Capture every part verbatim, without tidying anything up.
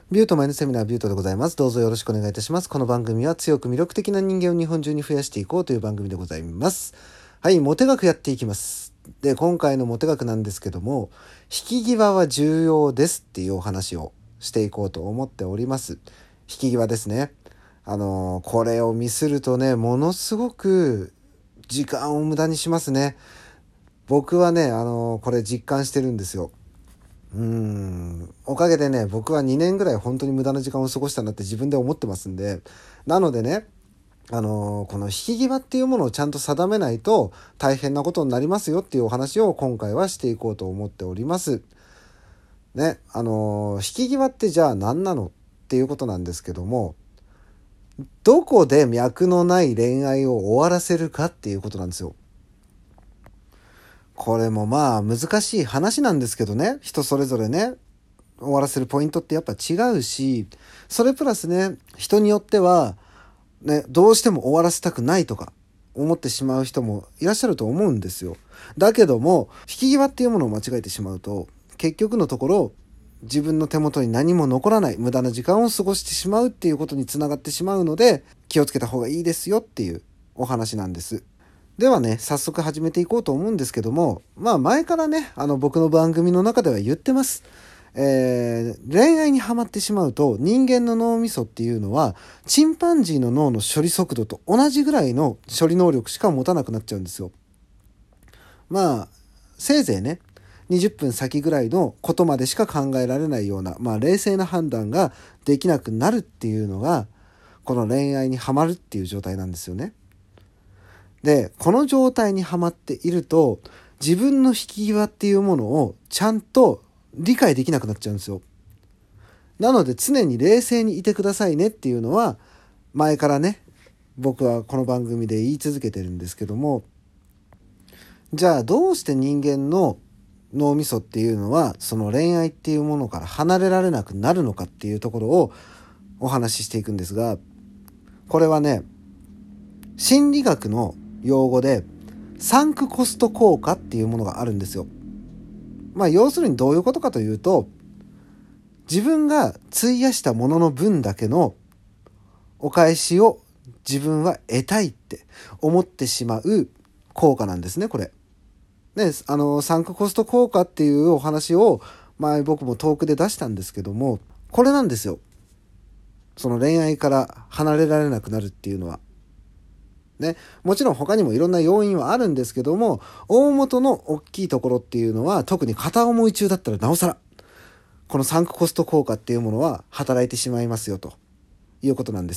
ビュートマインドセミナービュートでございます。どうぞよろしくお願いいたします。この番組は強く魅力的な人間を日本中に増やしていこうという番組でございます。はい、モテ学やっていきます。で、今回のモテ学なんですけども、引き際は重要ですっていうお話をしていこうと思っております。引き際ですね。あのー、これをミスるとね、ものすごく時間を無駄にしますね。僕はね、あのー、これ実感してるんですよ。うーんおかげでね、僕はにねんぐらい本当に無駄な時間を過ごしたなって自分で思ってますんで、なのでね、あのーこの引き際っていうものをちゃんと定めないと大変なことになりますよっていうお話を今回はしていこうと思っておりますね。あのー引き際ってじゃあ何なのっていうことなんですけども、どこで脈のない恋愛を終わらせるかっていうことなんですよ。これもまあ難しい話なんですけどね、人それぞれね、終わらせるポイントってやっぱ違うし、それプラスね、人によってはね、どうしても終わらせたくないとか思ってしまう人もいらっしゃると思うんですよ。だけども引き際っていうものを間違えてしまうと、結局のところ自分の手元に何も残らない無駄な時間を過ごしてしまうっていうことにつながってしまうので、気をつけた方がいいですよっていうお話なんです。ではね、早速始めていこうと思うんですけども、まあ前からね、あの僕の番組の中では言ってます。えー、恋愛にはまってしまうと人間の脳みそっていうのはチンパンジーの脳の処理速度と同じぐらいの処理能力しか持たなくなっちゃうんですよ。まあせいぜいね、にじゅっぷん先ぐらいのことまでしか考えられないような、まあ冷静な判断ができなくなるっていうのがこの恋愛にはまるっていう状態なんですよね。で、この状態にはまっていると自分の引き際っていうものをちゃんと理解できなくなっちゃうんですよ。なので常に冷静にいてくださいねっていうのは前からね、僕はこの番組で言い続けてるんですけども、じゃあどうして人間の脳みそっていうのはその恋愛っていうものから離れられなくなるのかっていうところをお話ししていくんですが、これはね、心理学の用語でサンクコスト効果っていうものがあるんですよ。まあ要するにどういうことかというと、自分が費やしたものの分だけのお返しを自分は得たいって思ってしまう効果なんですね、これ。ね、あの、サンクコスト効果っていうお話を前僕もトークで出したんですけども、これなんですよ。その恋愛から離れられなくなるっていうのは。ね、もちろん他にもいろんな要因はあるんですけども、大元の大きいところっていうのは、特に片思い中だったらなおさら、このサンクコスト効果っていうものは働いてしまいますよということなんです。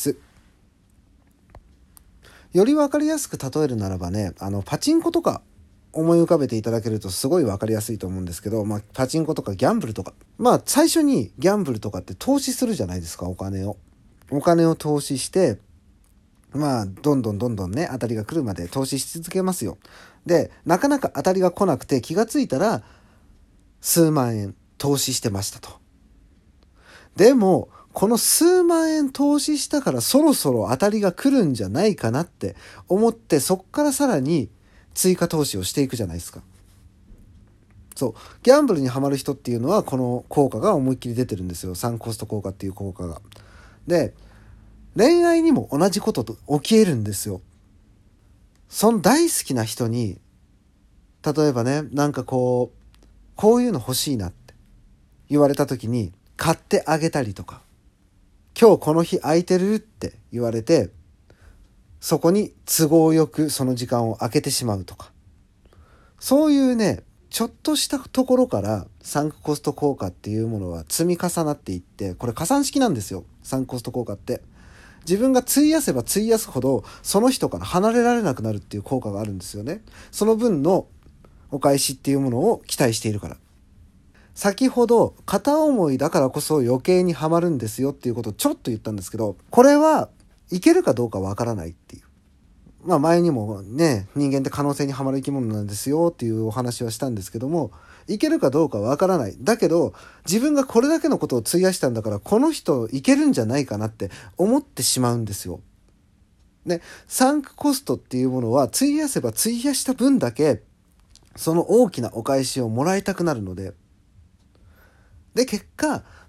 より分かりやすく例えるならばね、あのパチンコとか思い浮かべていただけるとすごい分かりやすいと思うんですけど、まあ、パチンコとかギャンブルとか、まあ最初にギャンブルとかって投資するじゃないですか。お金をお金を投資して、まあどんどんどんどんね、当たりが来るまで投資し続けますよ。で、なかなか当たりが来なくて気がついたら数万円投資してましたと。でもこの数万円投資したからそろそろ当たりが来るんじゃないかなって思って、そっからさらに追加投資をしていくじゃないですか。そう、ギャンブルにはまる人っていうのはこの効果が思いっきり出てるんですよ。サンコスト効果っていう効果が。で、恋愛にも同じことと起きえるんですよ。その大好きな人に、例えばね、なんかこうこういうの欲しいなって言われた時に買ってあげたりとか、今日この日空いてるって言われて、そこに都合よくその時間を空けてしまうとか、そういうね、ちょっとしたところからサンクコスト効果っていうものは積み重なっていって、これ加算式なんですよ、サンクコスト効果って。自分が費やせば費やすほどその人から離れられなくなるっていう効果があるんですよね。その分のお返しっていうものを期待しているから。先ほど片思いだからこそ余計にはまるんですよっていうことをちょっと言ったんですけど、これはいけるかどうかわからないっていう。まあ前にもね、人間って可能性にはまる生き物なんですよっていうお話はしたんですけども、いけるかどうかわからない。だけど自分がこれだけのことを費やしたんだから、この人いけるんじゃないかなって思ってしまうんですよ。ね、サンクコストっていうものは費やせば費やした分だけその大きなお返しをもらいたくなるので、で結果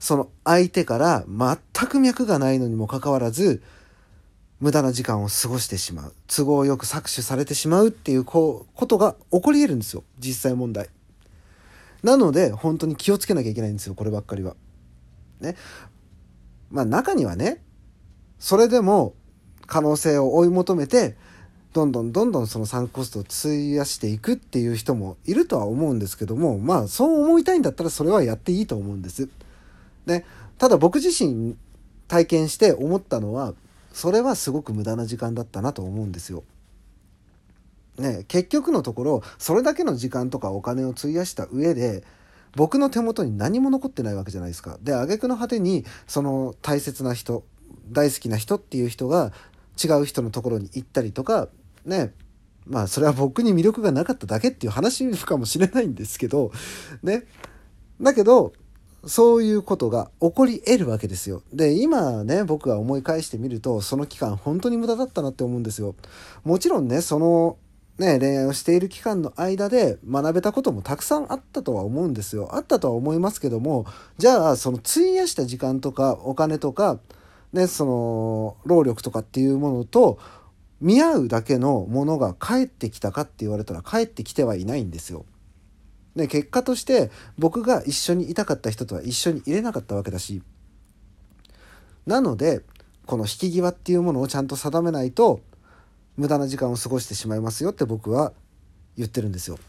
その相手から全く脈がないのにもかかわらず無駄な時間を過ごしてしまう、都合よく搾取されてしまうっていうこうことが起こり得るんですよ、実際問題。なので本当に気をつけなきゃいけないんですよ、こればっかりはね。まあ中にはね、それでも可能性を追い求めてどんどんどんどんそのサンクコストを費やしていくっていう人もいるとは思うんですけども、まあそう思いたいんだったらそれはやっていいと思うんですね。ただ僕自身体験して思ったのは、それはすごく無駄な時間だったなと思うんですよ。ね、結局のところそれだけの時間とかお金を費やした上で僕の手元に何も残ってないわけじゃないですか。で挙句の果てにその大切な人、大好きな人っていう人が違う人のところに行ったりとかね、まあそれは僕に魅力がなかっただけっていう話かもしれないんですけどね。だけどそういうことが起こり得るわけですよ。で今ね僕が思い返してみるとその期間本当に無駄だったなって思うんですよ。もちろんねそのね恋愛をしている期間の間で学べたこともたくさんあったとは思うんですよ。あったとは思いますけども、じゃあその費やした時間とかお金とかねその労力とかっていうものと見合うだけのものが返ってきたかって言われたら返ってきてはいないんですよ。で結果として僕が一緒にいたかった人とは一緒にいれなかったわけだし、なのでこの引き際っていうものをちゃんと定めないと無駄な時間を過ごしてしまいますよって僕は言ってるんですよ。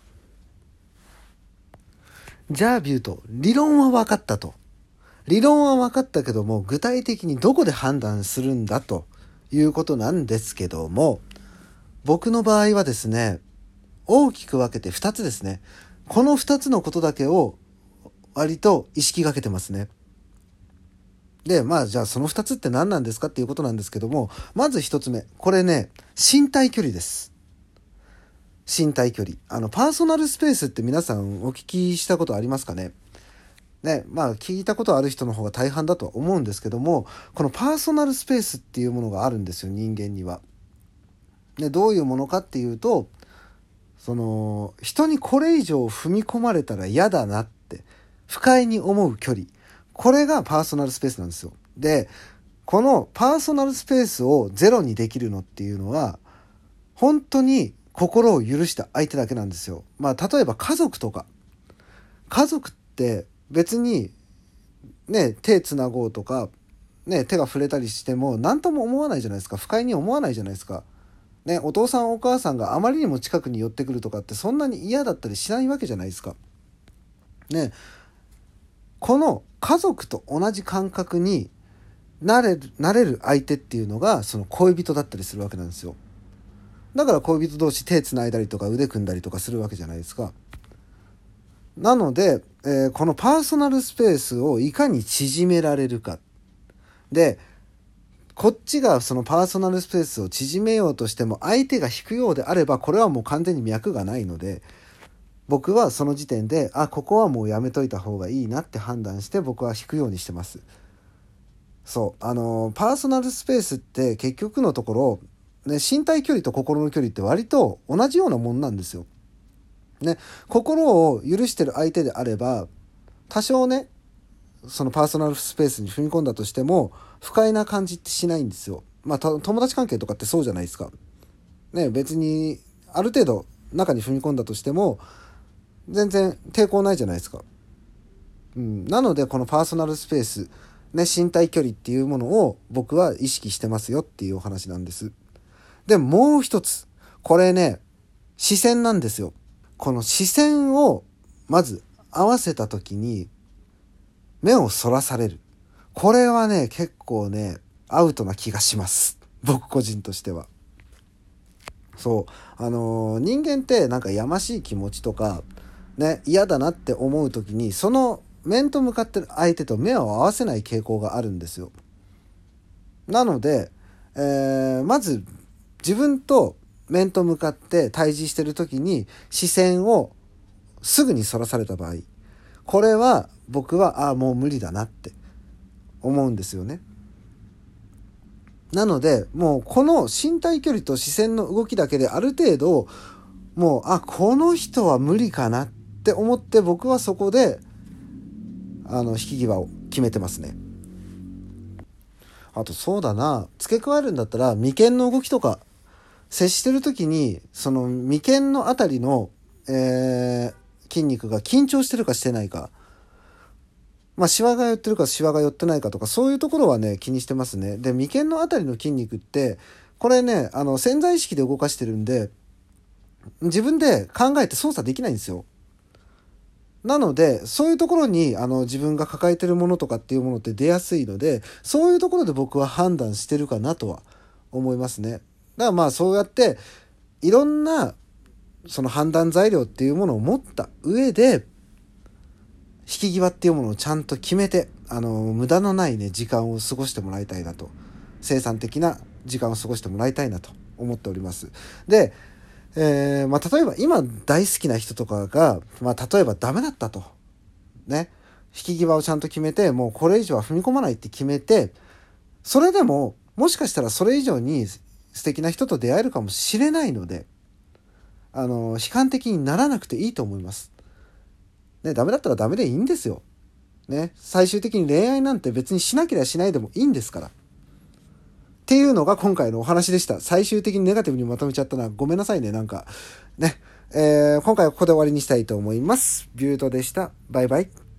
じゃあビュート、理論は分かったと。理論は分かったけども具体的にどこで判断するんだということなんですけども、僕の場合はですね大きく分けてふたつですね。このふたつのことだけを割と意識がけてますね。でまあじゃあそのふたつって何なんですかっていうことなんですけども、まずひとつめ、これね身体距離です。身体距離、あのパーソナルスペースって皆さんお聞きしたことありますかね。ね、まあ聞いたことある人の方が大半だとは思うんですけども、このパーソナルスペースっていうものがあるんですよ、人間には。でどういうものかっていうと、その人にこれ以上踏み込まれたら嫌だなって不快に思う距離、これがパーソナルスペースなんですよ。でこのパーソナルスペースをゼロにできるのっていうのは本当に心を許した相手だけなんですよ。まあ例えば家族とか、家族って別にね手つなごうとかね手が触れたりしても何とも思わないじゃないですか。不快に思わないじゃないですか。ね、お父さんお母さんがあまりにも近くに寄ってくるとかってそんなに嫌だったりしないわけじゃないですか。ね、この家族と同じ感覚になれる、なれる相手っていうのがその恋人だったりするわけなんですよ。だから恋人同士手つないだりとか腕組んだりとかするわけじゃないですか。なので、えー、このパーソナルスペースをいかに縮められるか。でこっちがそのパーソナルスペースを縮めようとしても相手が引くようであればこれはもう完全に脈がないので、僕はその時点であここはもうやめといた方がいいなって判断して僕は引くようにしてます。そうあのパーソナルスペースって結局のところ、ね、身体距離と心の距離って割と同じようなもんなんですよ。ね、心を許してる相手であれば多少ねそのパーソナルスペースに踏み込んだとしても不快な感じってしないんですよ。まあ友達関係とかってそうじゃないですか。ね、別にある程度中に踏み込んだとしても全然抵抗ないじゃないですか。うん、なのでこのパーソナルスペース、ね、身体距離っていうものを僕は意識してますよっていうお話なんです。でもう一つ、これね視線なんですよ。この視線をまず合わせた時に目をそらされる、これはね結構ねアウトな気がします、僕個人としては。そうあのー、人間ってなんかやましい気持ちとかね嫌だなって思う時にその面と向かってる相手と目を合わせない傾向があるんですよ。なので、えー、まず自分と面と向かって対峙してる時に視線をすぐにそらされた場合、これは僕はああもう無理だなって思うんですよね。なのでもうこの身体距離と視線の動きだけである程度もうあこの人は無理かなって思って僕はそこであの引き際を決めてますね。あとそうだな、付け加えるんだったら眉間の動きとか、接してる時にその眉間のあたりの、えー、筋肉が緊張してるかしてないか、まあシワが寄ってるかシワが寄ってないかとか、そういうところはね気にしてますね。で眉間のあたりの筋肉ってこれね、あの潜在意識で動かしてるんで自分で考えて操作できないんですよ。なのでそういうところにあの自分が抱えてるものとかっていうものって出やすいので、そういうところで僕は判断してるかなとは思いますね。だからまあそうやっていろんなその判断材料っていうものを持った上で引き際っていうものをちゃんと決めて、あの無駄のないね時間を過ごしてもらいたいなと、生産的な時間を過ごしてもらいたいなと思っております。でえーまあ、例えば今大好きな人とかが、まあ、例えばダメだったとね、引き際をちゃんと決めてもうこれ以上は踏み込まないって決めて、それでももしかしたらそれ以上に素敵な人と出会えるかもしれないので、あの悲観的にならなくていいと思います、ね、ダメだったらダメでいいんですよ、ね、最終的に恋愛なんて別にしなければしないでもいいんですからっていうのが今回のお話でした。最終的にネガティブにまとめちゃったな。ごめんなさいね。なんかね。えー、今回はここで終わりにしたいと思います。ビュートでした。バイバイ。